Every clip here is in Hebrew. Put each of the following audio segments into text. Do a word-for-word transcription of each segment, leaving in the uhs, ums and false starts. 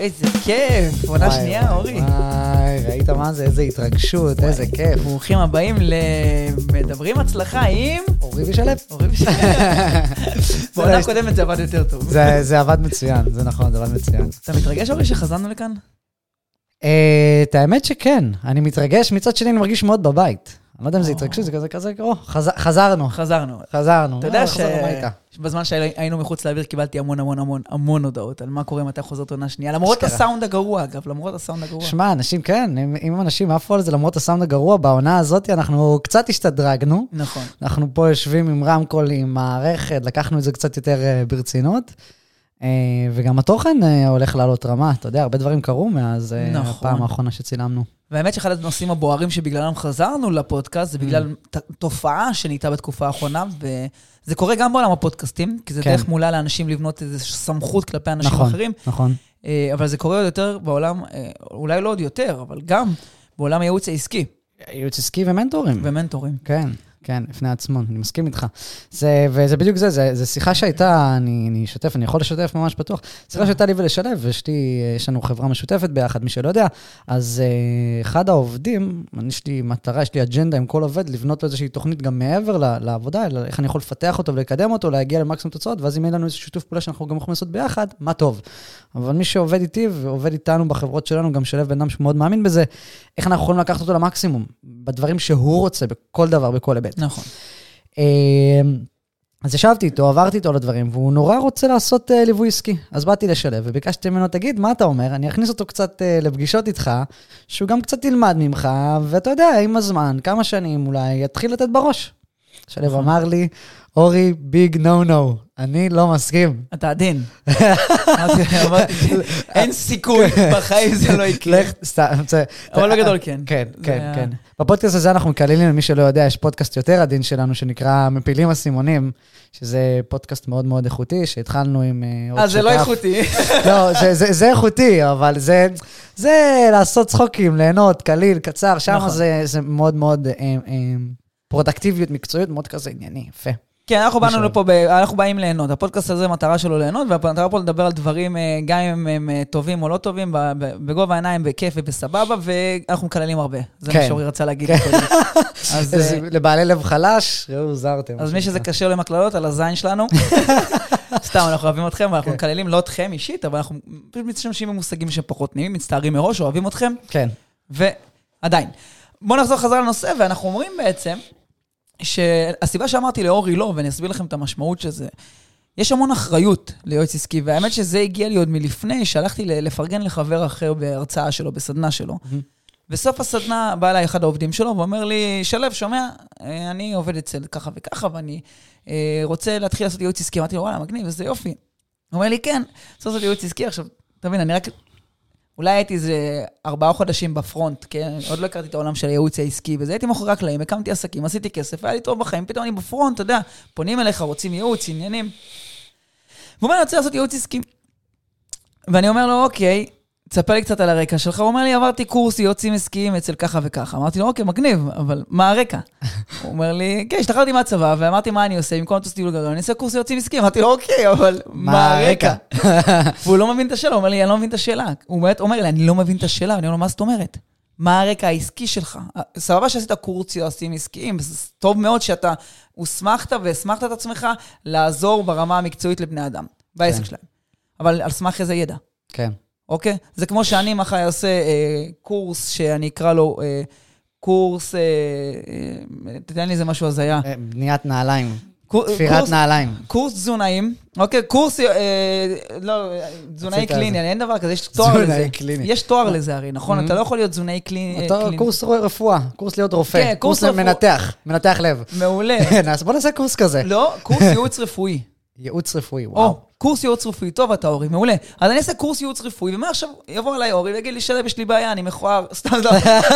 איזה כיף, עונה שנייה, אורי. וואי, ראית מה זה? איזה התרגשות, איזה כיף. ברוכים הבאים למדברים הצלחה עם... אורי ושלב. אורי ושלב. בעונה הקודמת זה עבד יותר טוב. זה עבד מצוין, זה נכון, זה עבד מצוין. אתה מתרגש, אורי, שחזרנו לכאן? את האמת שכן, אני מתרגש, מצד שני אני מרגיש מאוד בבית. אני לא יודע אם זה התרגשות, זה כזה כזה, או, חזרנו. חזרנו. חזרנו. אתה יודע שבזמן שהיינו מחוץ לאוויר קיבלתי המון המון המון המון הודעות על מה קורה מתי חוזרת עונה שנייה, למרות הסאונד הגרוע, אגב, למרות הסאונד הגרוע. שמע, אנשים כן, אם אנשים עפו על זה למרות הסאונד הגרוע, בעונה הזאת אנחנו קצת השתדרגנו. נכון. אנחנו פה יושבים עם רמקול, עם מערכת, לקחנו את זה קצת יותר ברצינות. וגם התוכן הולך לעלות רמה, אתה יודע, הרבה דברים קרו מאז הפעם האחרונה שצילמנו. והאמת שאחד הנושאים הבוערים שבגללם חזרנו לפודקאסט, זה בגלל תופעה שנהייתה בתקופה האחרונה, וזה קורה גם בעולם הפודקאסטים, כי זה דרך מולה לאנשים לבנות איזו סמכות כלפי אנשים אחרים. נכון. אבל זה קורה עוד יותר בעולם, אולי לא עוד יותר, אבל גם בעולם הייעוץ העסקי. ייעוץ עסקי ומנטורים. ומנטורים. כן. כן, לפני עצמו, אני מסכים איתך. זה, וזה בדיוק זה, זה, זה שיחה שהייתה, אני, אני אשתף, אני יכול לשתף ממש פתוח. שיחה שהייתה לי ולשלב, ויש לי, יש לנו חברה משותפת ביחד, מי שלא יודע. אז אחד העובדים, יש לי מטרה, יש לי אג'נדה עם כל עובד, לבנות לו איזושהי תוכנית גם מעבר לעבודה, אלא איך אני יכול לפתח אותו ולקדם אותו, להגיע למקסימום תוצאות, ואז אם אין לנו איזה שיתוף פעולה שאנחנו גם יכולים לעשות ביחד, מה טוב. אבל מי שעובד איתי ועובד איתנו בחברות שלנו, גם שלב בן אדם שמאוד מאמין בזה, איך אנחנו יכולים לקחת אותו למקסימום, בדברים שהוא רוצה, בכל דבר, בכל היבט. נכון. אז ישבתי איתו, עברתי איתו לדברים, והוא נורא רוצה לעשות ליווי עסקי. אז באתי לשלב, וביקשתי ממנו, תגיד, מה אתה אומר? אני אכניס אותו קצת לפגישות איתך, שהוא גם קצת ילמד ממך, ואתה יודע, עם הזמן, כמה שנים אולי, יתחיל לתת בראש. שלב אמר לי, אורי, ביג נו נו, אני לא מסכים. אתה עדין. אין סיכוי, בחיים זה לא יקרה. אבל בגדול כן. כן, כן, כן. בפודקאסט הזה אנחנו מקללים, למי שלא יודע, יש פודקאסט יותר עדין שלנו, שנקרא מפילים הסימונים, שזה פודקאסט מאוד מאוד איכותי, שהתחלנו עם... אה, זה לא איכותי. לא, זה איכותי, אבל זה לעשות צחוקים, ליהנות, קליל, קצר, שם זה מאוד מאוד פרודקטיביות, מקצועיות, מאוד כזה ענייני, יפה. כן, אנחנו באנו לפה, אנחנו באים ליהנות. הפודקאסט הזה מטרה שלו ליהנות, והמטרה פה לדבר על דברים, גם אם הם טובים או לא טובים, בגובה העיניים, בכיף ובסבבה, ואנחנו מקללים הרבה. זה מה שאורי רצה להגיד. לבעלי לב חלש, ראו, זרתם. אז מי שזה קשה לו עם הקללות, על הזין שלנו, סתם, אנחנו אוהבים אתכם, ואנחנו מקללים לא אתכם אישית, אבל אנחנו פשוט משתמשים במושגים שפחות נעימים, מצטערים מראש, אוהבים אתכם. כן. ועדיין. בואו נחזור חזרה לנושא, ואנחנו אומרים בעצם שהסיבה שאמרתי לאורי לא, ואני אסביר לכם את המשמעות שזה, יש המון אחריות ליועץ עסקי, והאמת שזה הגיע לי עוד מלפני, שהלכתי לפרגן לחבר אחר בהרצאה שלו, בסדנה שלו. בסוף הסדנה בא אליי אחד העובדים שלו, ואומר לי, שלב, שומע, אני עובד אצל ככה וככה, ואני רוצה להתחיל לעשות ייעוץ עסקי. אמרתי לו, וואלה, מגניב, איזה יופי. הוא אומר לי, כן, צריך לעשות ייעוץ עסקי. עכשיו, תבין, אני רק... אולי הייתי איזה ארבעה חודשים בפרונט, כן? עוד לא הכרתי את העולם של הייעוץ העסקי, וזה הייתי מאחורי הקלעים, הקמתי עסקים, עשיתי כסף, והיה לי טוב בחיים, פתאום אני בפרונט, אתה יודע, פונים אליך, רוצים ייעוץ, עניינים. והוא אומר לי, אני רוצה לעשות ייעוץ עסקי. ואני אומר לו, אוקיי, תספר לי קצת על הרקע שלך. הוא אומר לי, עברתי קורס ייעוצים עסקיים אצל ככה וככה. אמרתי לו, אוקיי, מגניב, אבל מה הרקע? הוא אומר לי, כן, השתחררתי מהצבא, ואמרתי מה אני עושה, במקום לטוס טיול גדול, אני אעשה קורס ייעוצים עסקיים. אמרתי לו, אוקיי, אבל מה הרקע? והוא לא מבין את השאלה, הוא אומר לי, אני לא מבין את השאלה. הוא באמת אומר לי, אני לא מבין את השאלה, ואני אומר לו, מה זאת אומרת? מה הרקע העסקי שלך? סבבה שעשית קורס ייעוצים עסקיים, טוב מאוד שאתה הוסמכת והסמכת את עצמך לעזור ברמה המקצועית לבני אדם, בעסק שלהם. אבל על סמך איזה ידע. כן. אוקיי? זה כמו שאני מחר אעשה אה, קורס שאני אקרא לו אה, קורס, אה, אה, תתן לי איזה משהו הזיה. בניית נעליים. תפירת נעליים. קורס תזונאים, אוקיי? קורס, אה, לא, תזונאי קליני, אין דבר כזה, יש תואר לזה. יש תואר לזה הרי, נכון? אתה לא יכול להיות תזונאי קליני. קורס רפואה, קורס להיות רופא, קורס מנתח, מנתח לב. מעולה. אז בוא נעשה קורס כזה. לא, קורס ייעוץ רפואי. ייעוץ רפואי, וואו. קורס ייעוץ רפואי, טוב אתה אורי, מעולה. אז אני אעשה קורס ייעוץ רפואי, ומה עכשיו יבוא אליי אורי, ויגיד לי, שלב, יש לי בעיה, אני מכוער, סתם לא.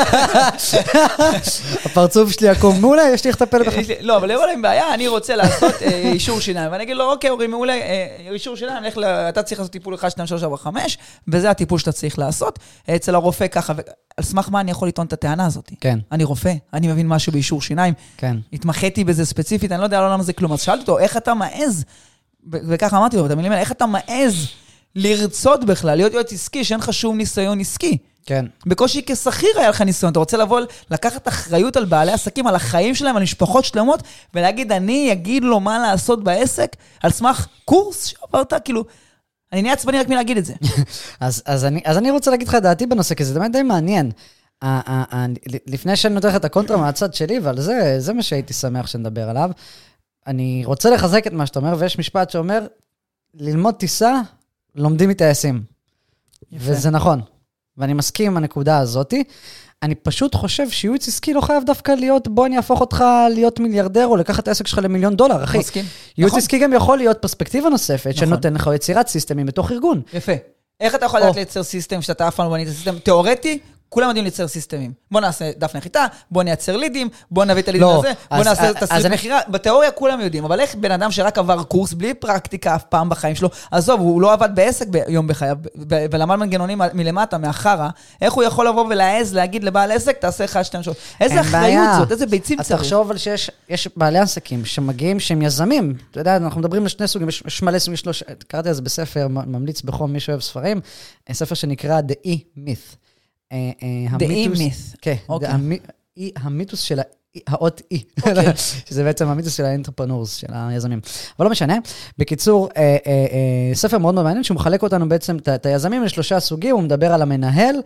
הפרצוף שלי יקום, מעולה, יש לי איך לטפל בך. לא, אבל יבוא אליי עם בעיה, אני רוצה לעשות אישור שיניים, ואני אגיד לו, אוקיי אורי, מעולה, אישור שיניים, אתה צריך לעשות טיפול אחד, שתיים, שלוש, ארבע, חמש, וזה הטיפול שאתה צריך לעשות, אצל הרופא ככה, על סמך מה אני יכול לטעון את הטענה הזאת? כן. אני רופא, אני מבין משהו באישור שיניים. כן. התמחיתי בזה ספציפית, אני לא יודע למה זה כלום. אז שאלתי אותו, איך אתה מעז וככה אמרתי לו, את המילים האלה, איך אתה מעז לרצות בכלל, להיות יועץ עסקי, שאין לך שום ניסיון עסקי. כן. בקושי כשכיר היה לך ניסיון, אתה רוצה לבוא, לקחת אחריות על בעלי עסקים, על החיים שלהם, על משפחות שלמות, ולהגיד, אני אגיד לו מה לעשות בעסק, על סמך קורס שעברת, כאילו, אני נהיה עצבני רק מלהגיד את זה. אז, אז, אני, אז אני רוצה להגיד לך דעתי בנושא, כי זה באמת די מעניין. לפני שאני נותן לך את הקונטרה מהצד שלי, ועל זה, זה מה שהייתי שמח שנדבר עליו, אני רוצה לחזק את מה שאתה אומר, ויש משפט שאומר, ללמוד טיסה, לומדים מטייסים. וזה נכון. ואני מסכים עם הנקודה הזאת. אני פשוט חושב שיועץ עסקי לא חייב דווקא להיות, בוא אני אהפוך אותך להיות מיליארדר, או לקחת את העסק שלך למיליון דולר, אחי. מסכים. ייעוץ עסקי גם יכול להיות פרספקטיבה נוספת, שנותן לך יצירת סיסטמים בתוך ארגון. יפה. איך אתה יכול לדעת לייצר סיסטם, שאתה אף פעם לא בנית סיסטם? תיאורטי, כולם יודעים לייצר סיסטמים. בוא נעשה דף נחיתה, בוא נייצר לידים, בוא נביא את הלידים הזה, בוא נעשה תסריט מחירה. בתיאוריה כולם יודעים, אבל איך בן אדם שרק עבר קורס בלי פרקטיקה אף פעם בחיים שלו, עזוב, הוא לא עבד בעסק ביום בחייו, ולמד מנגנונים מלמטה, מאחרה, איך הוא יכול לבוא ולהעז להגיד לבעל עסק, תעשה אחד, שתיים, שלוש. איזה אחריות זאת, איזה ביצים צריך. תחשוב על שיש בעלי עסקים שמגיעים, שהם יזמים. אתה יודע, אנחנו מדברים על שני סוגים, יש מלא סוגים שלוש, קראתי אז בספר, ממליץ בחום, מי שאוהב ספרים, ספר שנקרא The E-Myth. The E-Myth. כן, המיתוס של האות E, שזה בעצם המיתוס של האנטרפרנורס, של היזמים. אבל לא משנה. בקיצור, ספר מאוד מאוד מעניין, שהוא מחלק אותנו בעצם, את היזמים לשלושה סוגים, הוא מדבר על המנהל,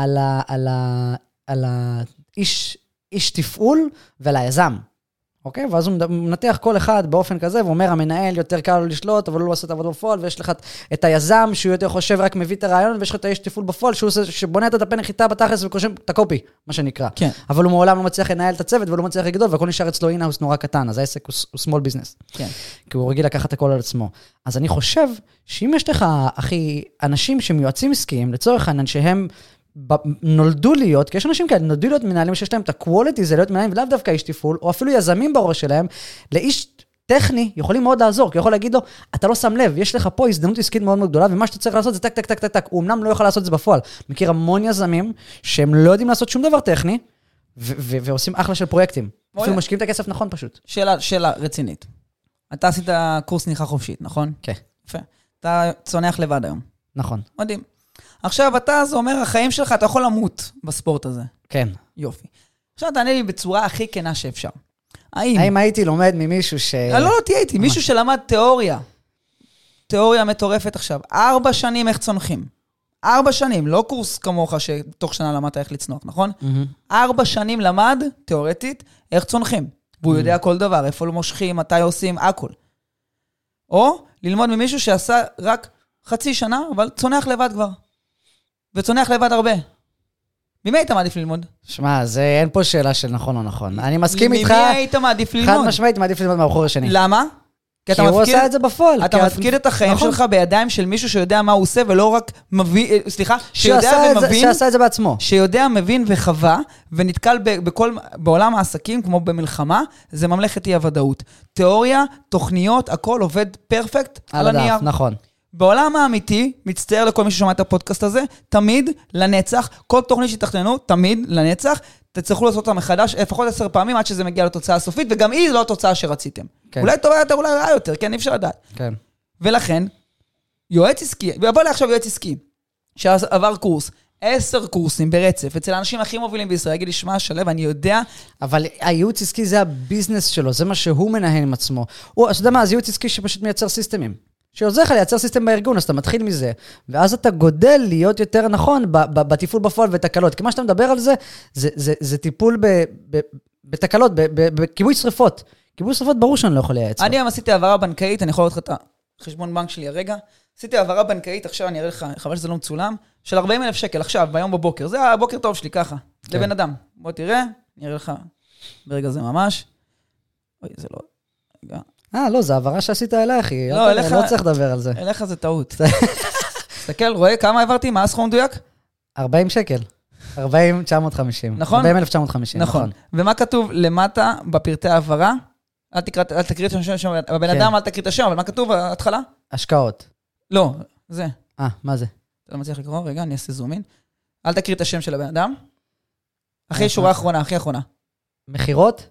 על האיש תפעול ועל היזם. אוקיי? ואז הוא מנתח כל אחד באופן כזה, והוא אומר, המנהל יותר קל לו לשלוט, אבל הוא לא עושה את העבודה בפועל, ויש לך את היזם, שהוא יותר חושב, רק מביא את הרעיון, ויש לך את האיש תפעול בפועל, שבונה את הדפי נחיתה בתכלס, וקושם את הקופי, מה שנקרא. כן. אבל הוא מעולם לא מצליח לנהל את הצוות, ולא מצליח לגדול, והכל נשאר אצלו אין-האוס נורא קטן, אז העסק הוא small business. כן. כי הוא רגיל לקחת הכל על עצמו. אז אני חושב, שאם יש לך, אחי, אנשים שמיועצים עסקיים, לצורך העניין שהם נולדו להיות, כי יש אנשים כאלה, נולדו להיות מנהלים שיש להם את הקואליטי, זה להיות מנהלים ולאו דווקא איש תפעול, או אפילו יזמים בראש שלהם, לאיש טכני יכולים מאוד לעזור, כי יכול להגיד לו, אתה לא שם לב, יש לך פה הזדמנות עסקית מאוד מאוד גדולה, ומה שאתה צריך לעשות זה טק, טק, טק, טק, טק, הוא אמנם לא יכול לעשות את זה בפועל. מכיר המון יזמים שהם לא יודעים לעשות שום דבר טכני, ועושים אחלה של פרויקטים. אפילו משקיעים את הכסף נכון פשוט. שאלה, שאלה רצינית. אתה עשית קורס ניחה חופשית, נכון? כן. יפה. אתה צונח לבד היום. נכון. מדהים. עכשיו אתה, זה אומר, החיים שלך, אתה יכול למות בספורט הזה. כן. יופי. עכשיו תענה לי בצורה הכי כנה שאפשר. האם... האם הייתי לומד ממישהו ש... לא, לא, תהיה איתי. מישהו שלמד תיאוריה. תיאוריה מטורפת עכשיו. ארבע שנים איך צונחים. ארבע שנים, לא קורס כמוך שתוך שנה למדת איך לצנוח, נכון? ארבע שנים למד, תיאורטית, איך צונחים. והוא יודע כל דבר, איפה לא מושכים, מתי עושים, הכל. או ללמוד ממישהו שעשה רק חצי שנה, אבל צונח לבד כבר. וצונח לבד הרבה. ממי היית מעדיף ללמוד? שמע, זה אין פה שאלה של נכון או נכון. אני מסכים איתך. ממי היית מעדיף ללמוד? חד משמעית, מעדיף ללמוד מהבחור השני. למה? כי הוא עושה את זה בפועל. אתה מפקיד את החיים שלך בידיים של מישהו שיודע מה הוא עושה, ולא רק מביא, סליחה, שיודע ומבין. שעשה את זה בעצמו. שיודע, מבין וחווה, ונתקל בכל, בעולם העסקים, כמו במלחמה, זה ממלכת אי הוודאות. תיאוריה, תוכניות, הכל עובד פרפקט על הנייר. נכון. בעולם האמיתי, מצטער לכל מי ששומע את הפודקאסט הזה, תמיד לנצח, כל תוכנית שתכננו, תמיד לנצח, תצטרכו לעשות אותה מחדש, לפחות עשר פעמים עד שזה מגיע לתוצאה הסופית, וגם היא לא התוצאה שרציתם. כן. אולי טובה יותר, אולי רעה יותר, כן, אי אפשר לדעת. כן. ולכן, יועץ עסקי, ובוא לי עכשיו יועץ עסקי, שעבר קורס, עשר קורסים ברצף, אצל האנשים הכי מובילים בישראל, יגיד לי, שמע, שלב, אני יודע... אבל הייעוץ עסקי זה הביזנס שלו, זה מה שהוא מנהל עם עצמו. הוא, אתה יודע מה, זה ייעוץ עסקי שפשוט מייצר סיסטמים. שעוזר לך לייצר סיסטם בארגון, אז אתה מתחיל מזה, ואז אתה גודל להיות יותר נכון בתפעול בפועל ותקלות. כי מה שאתה מדבר על זה, זה, זה, זה טיפול ב, ב, בתקלות, בכיבוי שריפות. כיבוי שריפות ברור שאני לא יכול לייצר. אני היום עשיתי העברה בנקאית, אני יכול לראות לך את החשבון בנק שלי הרגע, עשיתי העברה בנקאית, עכשיו אני אראה לך, חבל שזה לא מצולם, של ארבעים אלף שקל, עכשיו, ביום בבוקר. זה הבוקר טוב שלי, ככה, כן. לבן אדם. בוא תראה, אני אראה לך ברגע זה ממש. אוי, זה לא... רגע. אה, לא, זה העברה שעשית אליי, אחי. לא, אליך... לא צריך לדבר על זה. אליך זה טעות. תסתכל, רואה כמה העברתי? מה הסכום מדויק? ארבעים שקל. ארבעים תשע מאות וחמישים. נכון? ארבעים אלף תשע מאות וחמישים, נכון. ומה כתוב למטה בפרטי העברה? אל תקריא את השם, הבן אדם אל תקריא את השם, אבל מה כתוב בהתחלה? השקעות. לא, זה. אה, מה זה? אתה לא מצליח לקרוא? רגע, אני אעשה זומין. אל תקריא את השם של הבן אדם. אחרי שורה האחרונה, הכי האחרונה. מחירות?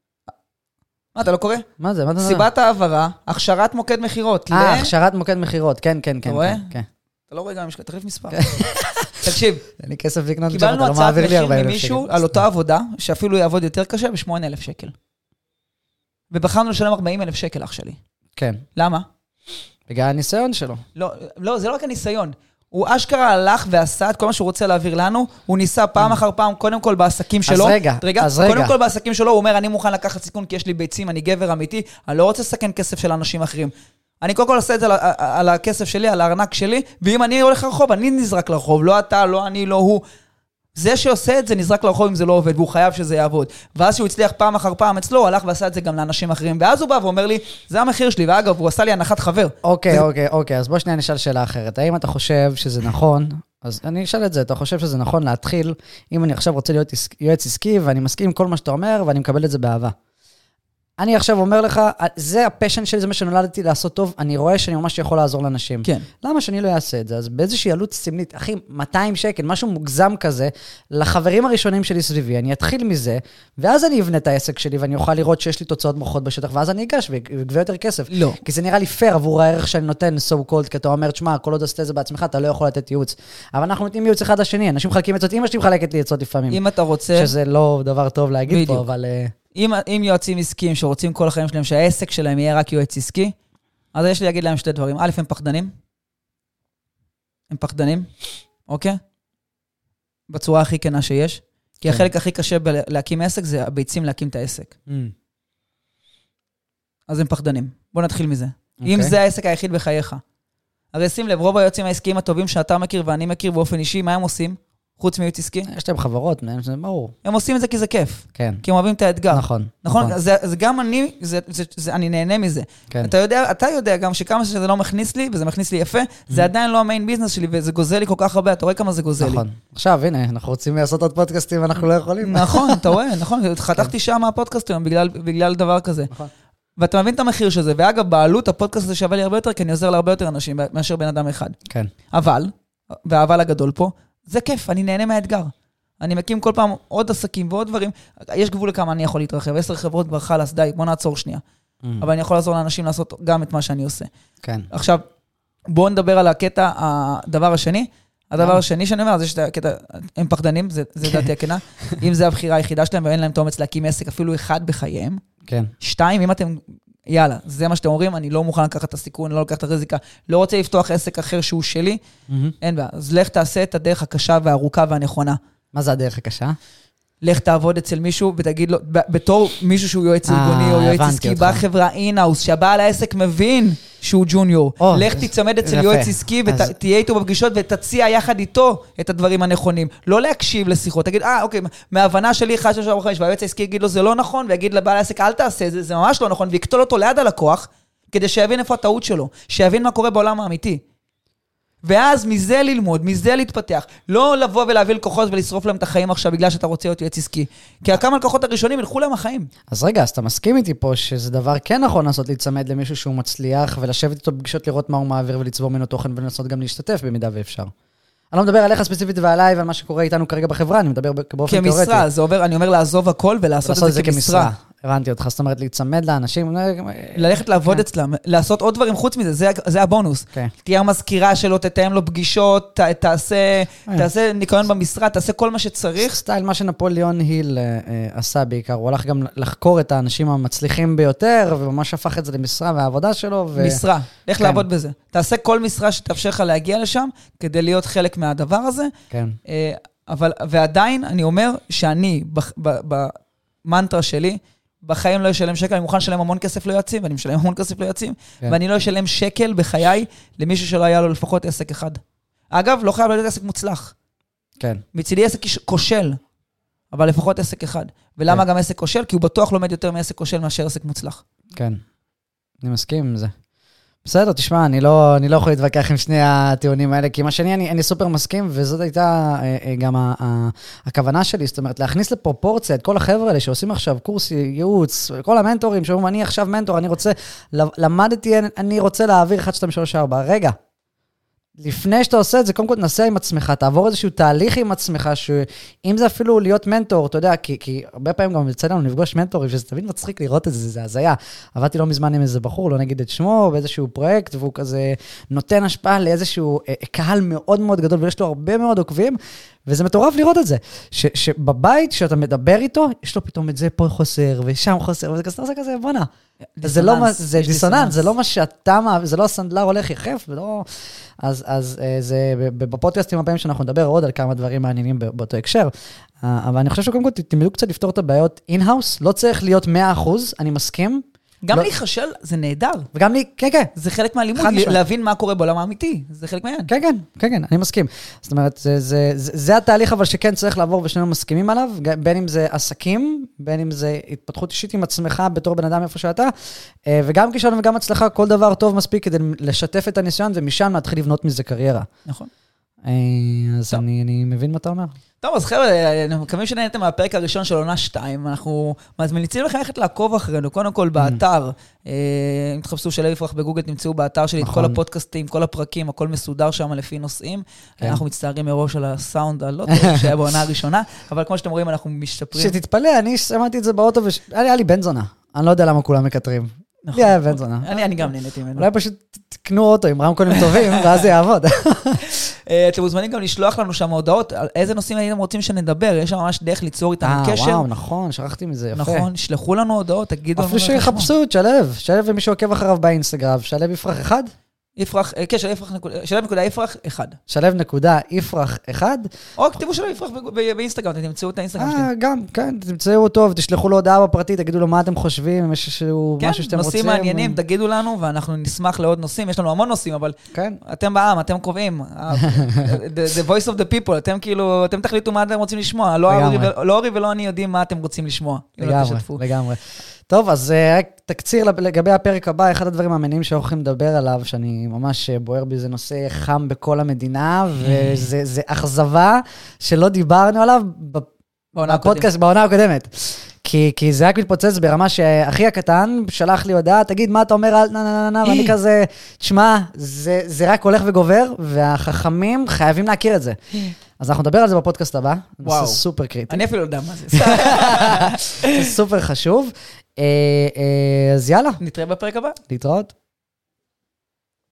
מה, אתה לא קורא? מה זה? מה אתה אומר? סיבת העברה, הכשרת מוקד מחירות. אה, הכשרת מוקד מחירות, כן, כן, כן. אתה רואה? כן. אתה לא רואה גם משקל, תחליף מספר. תקשיב, אין לי כסף לקנות ג'וב, קיבלנו אתה לא הצעת מעביר לי מחיר ארבעים אלף ממישהו שקל. על אותה עבודה, שאפילו יעבוד יותר קשה, ב-שמונה אלף שקל. ובחרנו לשלם ארבעים אלף שקל, אח שלי. כן. למה? בגלל הניסיון שלו. לא, לא, זה לא רק הניסיון. הוא אשכרה הלך ועשה את כל מה שהוא רוצה להעביר לנו, הוא ניסה פעם אחר פעם, קודם כל בעסקים שלו. אז רגע, רגע, אז רגע. קודם כל בעסקים שלו, הוא אומר, אני מוכן לקחת סיכון, כי יש לי ביצים, אני גבר אמיתי, אני לא רוצה לסכן כסף של אנשים אחרים. אני קודם כל עושה את זה על, על הכסף שלי, על הארנק שלי, ואם אני הולך לרחוב, אני נזרק לרחוב, לא אתה, לא אני, לא הוא. זה שעושה את זה נזרק לרחוב אם זה לא עובד, והוא חייב שזה יעבוד. ואז שהוא הצליח פעם אחר פעם אצלו, הוא הלך ועשה את זה גם לאנשים אחרים. ואז הוא בא ואומר לי, זה המחיר שלי, ואגב, הוא עשה לי הנחת חבר. אוקיי, אוקיי, אוקיי, אז בוא שנייה נשאל שאלה אחרת. האם אתה חושב שזה נכון, אז אני אשאל את זה, אתה חושב שזה נכון להתחיל, אם אני עכשיו רוצה להיות יועץ עסקי, ואני מסכים עם כל מה שאתה אומר, ואני מקבל את זה באהבה. אני עכשיו אומר לך, זה הפשן שלי, זה מה שנולדתי לעשות טוב, אני רואה שאני ממש יכול לעזור לאנשים. כן. למה שאני לא אעשה את זה? אז באיזושהי עלות סמלית, אחי, מאתיים שקל, משהו מוגזם כזה, לחברים הראשונים שלי סביבי, אני אתחיל מזה, ואז אני אבנה את העסק שלי, ואני אוכל לראות שיש לי תוצאות מוחות בשטח, ואז אני אגש וגבה יותר כסף. לא. כי זה נראה לי פייר עבור הערך שאני נותן, so called, כי אתה אומר, תשמע, כל עוד עשית את זה בעצמך, אתה לא יכול לתת ייעוץ. אבל אנחנו נותנים ייעוץ אחד לשני, אנשים מחלקים עצות, אמא שלי מחלקת לי עצות לפעמים. אם אתה רוצה... שזה לא דבר טוב להגיד בדיוק. פה, אבל... אם, אם יועצים עסקיים שרוצים כל החיים שלהם, שהעסק שלהם יהיה רק יועץ עסקי, אז יש לי להגיד להם שתי דברים. א', הם פחדנים. הם פחדנים, אוקיי? בצורה הכי כנה שיש. כי כן. החלק הכי קשה להקים עסק, זה הביצים להקים את העסק. Mm. אז הם פחדנים. בוא נתחיל מזה. אוקיי. אם זה העסק היחיד בחייך. הרי שים לב, רוב היועצים העסקיים הטובים שאתה מכיר ואני מכיר באופן אישי, מה הם עושים? חוץ מייעוץ עסקי? יש להם חברות, זה ברור. הם עושים את זה כי זה כיף. כן. כי הם אוהבים את האתגר. נכון. נכון? נכון. זה, זה גם אני, זה, זה, זה, אני נהנה מזה. כן. אתה יודע, אתה יודע גם שכמה שזה לא מכניס לי, וזה מכניס לי יפה, זה עדיין לא המיין ביזנס שלי, וזה גוזל לי כל כך הרבה, אתה רואה כמה זה גוזל לי. נכון. עכשיו, הנה, אנחנו רוצים לעשות עוד פודקאסטים, ואנחנו לא יכולים. נכון, אתה רואה, נכון. חתכתי שעה מהפודקאסט היום בגלל, בגלל דבר כזה. נכון. ואתה מבין את המחיר של זה, ואגב, בעלות הפודקאסט הזה שווה לי הרבה יותר, כי אני עוזר להרבה יותר אנשים, מאשר בן אדם אחד. כן. אבל, והאבל הגדול פה, זה כיף, אני נהנה מהאתגר. אני מקים כל פעם עוד עסקים ועוד דברים. יש גבול לכמה אני יכול להתרחב. עשר חברות כבר חלס, די, בוא נעצור שנייה. Mm. אבל אני יכול לעזור לאנשים לעשות גם את מה שאני עושה. כן. עכשיו, בואו נדבר על הקטע, הדבר השני. הדבר השני שאני אומר, זה שהקטע, הם פחדנים, זה דעתי הכנה. אם זה הבחירה היחידה שלהם, ואין להם תומץ להקים עסק, אפילו אחד בחייהם. כן. שתיים, אם אתם, יאללה, זה מה שאתם אומרים, אני לא מוכן לקחת את הסיכון, לא לקחת את הרזיקה, לא רוצה לפתוח עסק אחר שהוא שלי, אין בעיה. אז לך תעשה את הדרך הקשה והארוכה והנכונה. מה זה הדרך הקשה? לך תעבוד אצל מישהו ותגיד לו, בתור מישהו שהוא יועץ ארגוני או יועץ עסקי, בחברה אינהאוס, שהבעל העסק מבין שהוא ג'וניור. לך תצמד אצל יועץ עסקי ותהיה איתו בפגישות ותציע יחד איתו את הדברים הנכונים. לא להקשיב לשיחות, תגיד, אה, אוקיי, מההבנה שלי, אחד, שלוש, ארבע, חמש, והיועץ העסקי יגיד לו, זה לא נכון, ויגיד לבעל העסק, אל תעשה, זה, זה ממש לא נכון, ויקטול אותו ליד הלקוח, כדי שיבין איפה הטעות שלו, שיבין מה קורה בעולם האמיתי. ואז מזה ללמוד, מזה להתפתח. לא לבוא ולהביא לקוחות ולשרוף להם את החיים עכשיו בגלל שאתה רוצה להיות יועץ עסקי. כי הכמה לקוחות הראשונים ילכו להם החיים. אז רגע, אז אתה מסכים איתי פה שזה דבר כן נכון לעשות להצמד למישהו שהוא מצליח ולשבת איתו בפגישות לראות מה הוא מעביר ולצבור ממנו תוכן ולנסות גם להשתתף במידה ואפשר. אני לא מדבר עליך ספציפית ועליי ועל מה שקורה איתנו כרגע בחברה, אני מדבר באופן תיאורטי. כמשרה, זה אומר, אני אומר לעזוב הכל ולעשות את זה כמשרה. הבנתי אותך, זאת אומרת, להצמד לאנשים. ללכת לעבוד אצלם, לעשות עוד דברים חוץ מזה, זה, זה הבונוס. תהיה המזכירה שלו, תתאם לו פגישות, תעשה, תעשה ניקיון במשרד, תעשה כל מה שצריך. סטייל מה שנפוליאון היל עשה בעיקר, הוא הלך גם לחקור את האנשים המצליחים ביותר, וממש הפך את זה למשרה והעבודה שלו. משרה, לך לעבוד בזה. תעשה כל משרה שתאפשר לך להגיע לשם, כדי להיות חלק מהדבר הזה. כן. אבל, ועדיין אני אומר שאני, במנטרה שלי, בחיים לא ישלם שקל, אני מוכן לשלם המון כסף ליועצים, ואני משלם המון כסף ליועצים, כן. ואני לא אשלם שקל בחיי למישהו שלא היה לו לפחות עסק אחד. אגב, לא חייב להיות עסק מוצלח. כן. מצידי עסק כושל, אבל לפחות עסק אחד. ולמה כן. גם עסק כושל? כי הוא בטוח לומד יותר מעסק כושל מאשר עסק מוצלח. כן, אני מסכים עם זה. בסדר, תשמע, אני לא, אני לא יכול להתווכח עם שני הטיעונים האלה, כי מה שאני, אני, אני סופר מסכים, וזאת הייתה גם ה, ה, הכוונה שלי, זאת אומרת, להכניס לפרופורציה את כל החבר'ה האלה שעושים עכשיו קורס ייעוץ, כל המנטורים שאומרים, אני עכשיו מנטור, אני רוצה, למדתי, אני רוצה להעביר אחת, שתיים, שלוש, ארבע, רגע, לפני שאתה עושה את זה, קודם כל תנסה עם עצמך, תעבור איזשהו תהליך עם עצמך, שאם זה אפילו להיות מנטור, אתה יודע, כי, כי הרבה פעמים גם יצא לנו לפגוש מנטורים, שזה תמיד מצחיק לראות את זה, זה הזיה. עבדתי לא מזמן עם איזה בחור, לא נגיד את שמו, באיזשהו פרויקט, והוא כזה נותן השפעה לאיזשהו אה, קהל מאוד מאוד גדול, ויש לו הרבה מאוד עוקבים, וזה מטורף לראות את זה, ש, שבבית, שאתה מדבר איתו, יש לו פתאום את זה פה חוסר, ושם חוסר, וזה כזה, זה כזה, בונה. זה לא מה, זה דיסוננס, זה לא מה שאתה, זה לא הסנדלר הולך יחף, ולא... אז, אז זה, בפודקאסטים הבאים שאנחנו נדבר עוד על כמה דברים מעניינים באותו הקשר, אבל אני חושב שקודם כל תלמדו קצת לפתור את הבעיות אין-האוס, לא צריך להיות מאה אחוז, אני מסכים. גם להיחשל זה נהדר. וגם לי, כן, כן. זה חלק מהלימוד, להבין מה קורה בעולם האמיתי, זה חלק מהעניין. כן, כן, כן, כן, אני מסכים. זאת אומרת, זה, זה, זה, זה התהליך אבל שכן צריך לעבור ושנינו מסכימים עליו, בין אם זה עסקים, בין אם זה התפתחות אישית עם עצמך בתור בן אדם איפה שאתה, וגם כישלון וגם הצלחה, כל דבר טוב מספיק כדי לשתף את הניסיון, ומשם להתחיל לבנות מזה קריירה. נכון. אז אני, אני מבין מה אתה אומר. טוב, אז חבר'ה, אנחנו מקווים שנהנתם מהפרק הראשון של עונה שתיים, אנחנו מזמינים לכם ללכת לעקוב אחרינו, קודם כל באתר, אם תחפשו שלו יפרח בגוגל, תמצאו באתר שלי את כל הפודקאסטים, כל הפרקים, הכל מסודר שם לפי נושאים, אנחנו מצטערים מראש על הסאונד הלא טוב שהיה בעונה הראשונה, אבל כמו שאתם רואים, אנחנו משתפרים. שתתפלא, אני שמעתי את זה באוטו, היה לי בן זונה, אני לא יודע למה כולם מקטרים. לי היה בן זונה. אני גם נהניתי ממנו. אולי פשוט תקנו אוטו עם רמקולים טובים, ואז זה יעבוד. אתם מוזמנים גם לשלוח לנו שם הודעות, על איזה נושאים הייתם רוצים שנדבר, יש שם ממש דרך ליצור איתנו קשר. וואו, נכון, שכחתי מזה, יפה. נכון, שלחו לנו הודעות, תגידו לנו. אפילו שיחפשו, שלב, שלב ומי שעוקב אחריו באינסטגרם, שלב יפרח אחד? יפרח, כן, שלב נקודה יפרח אחד. שלב נקודה יפרח אחד. או כתיבו שלב יפרח באינסטגרם, אתם תמצאו את האינסטגרם שלי. גם, כן, תמצאו אותו ותשלחו לו הודעה בפרטי, תגידו לו מה אתם חושבים, אם יש משהו שאתם רוצים. כן, נושאים מעניינים, תגידו לנו, ואנחנו נשמח לעוד נושאים, יש לנו המון נושאים, אבל אתם בעם, אתם קובעים, the voice of the people, אתם כאילו, אתם תחליטו מה אתם רוצים לשמוע, לא אורי ולא אני יודעים מה אתם רוצים לשמוע. לגמרי, לגמרי. טוב, אז רק תקציר לגבי הפרק הבא, אחד הדברים המעניינים שאנחנו הולכים לדבר עליו, שאני ממש בוער בי, זה נושא חם בכל המדינה, וזה אכזבה שלא דיברנו עליו בפודקאסט, בעונה הקודמת. כי, כי זה רק מתפוצץ ברמה שאחי הקטן שלח לי הודעה, תגיד מה אתה אומר על נה נה נה נה, ואני כזה, תשמע, זה, זה רק הולך וגובר, והחכמים חייבים להכיר את זה. אז אנחנו נדבר על זה בפודקאסט הבא, זה סופר קריטי. אני אפילו לא יודע מה זה. זה סופר חשוב. אז יאללה. נתראה בפרק הבא. להתראות.